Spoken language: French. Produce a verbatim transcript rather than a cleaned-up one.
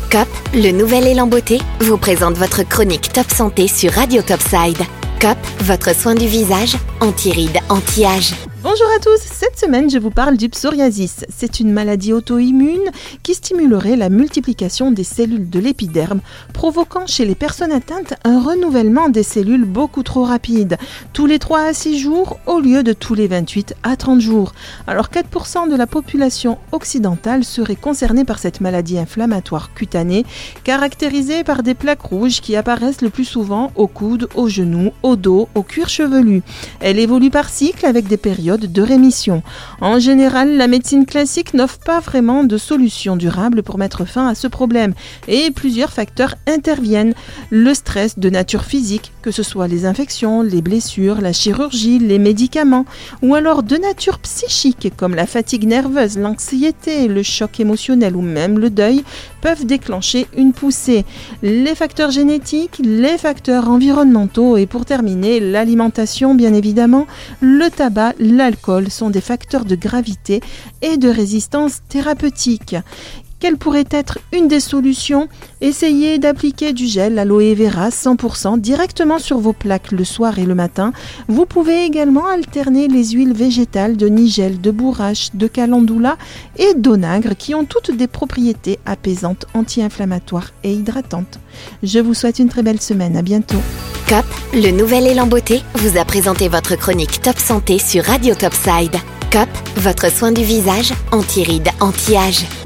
C O P, le nouvel élan beauté, vous présente votre chronique Top Santé sur Radio Topside. C O P, votre soin du visage, anti-rides, anti-âge. Bonjour à tous, cette semaine je vous parle du psoriasis. C'est une maladie auto-immune qui stimulerait la multiplication des cellules de l'épiderme, provoquant chez les personnes atteintes un renouvellement des cellules beaucoup trop rapide, tous les trois à six jours au lieu de tous les vingt-huit à trente jours. Alors quatre pour cent de la population occidentale serait concernée par cette maladie inflammatoire cutanée, caractérisée par des plaques rouges qui apparaissent le plus souvent au coude, aux genoux, au dos, au cuir chevelu. Elle évolue par cycle avec des périodes de rémission. En général, la médecine classique n'offre pas vraiment de solution durable pour mettre fin à ce problème et plusieurs facteurs interviennent. Le stress de nature physique, que ce soit les infections, les blessures, la chirurgie, les médicaments, ou alors de nature psychique comme la fatigue nerveuse, l'anxiété, le choc émotionnel ou même le deuil peuvent déclencher une poussée. Les facteurs génétiques, les facteurs environnementaux et pour terminer, l'alimentation bien évidemment, le tabac, l'alcool sont des facteurs de gravité et de résistance thérapeutique. Quelle pourrait être une des solutions ? Essayez d'appliquer du gel aloe vera cent pour cent directement sur vos plaques le soir et le matin. Vous pouvez également alterner les huiles végétales de nigel, de bourrache, de calendula et d'onagre qui ont toutes des propriétés apaisantes, anti-inflammatoires et hydratantes. Je vous souhaite une très belle semaine. À bientôt. C O P, le nouvel élan beauté, vous a présenté votre chronique Top Santé sur Radio Topside. C O P, votre soin du visage, anti-rides, anti-âge.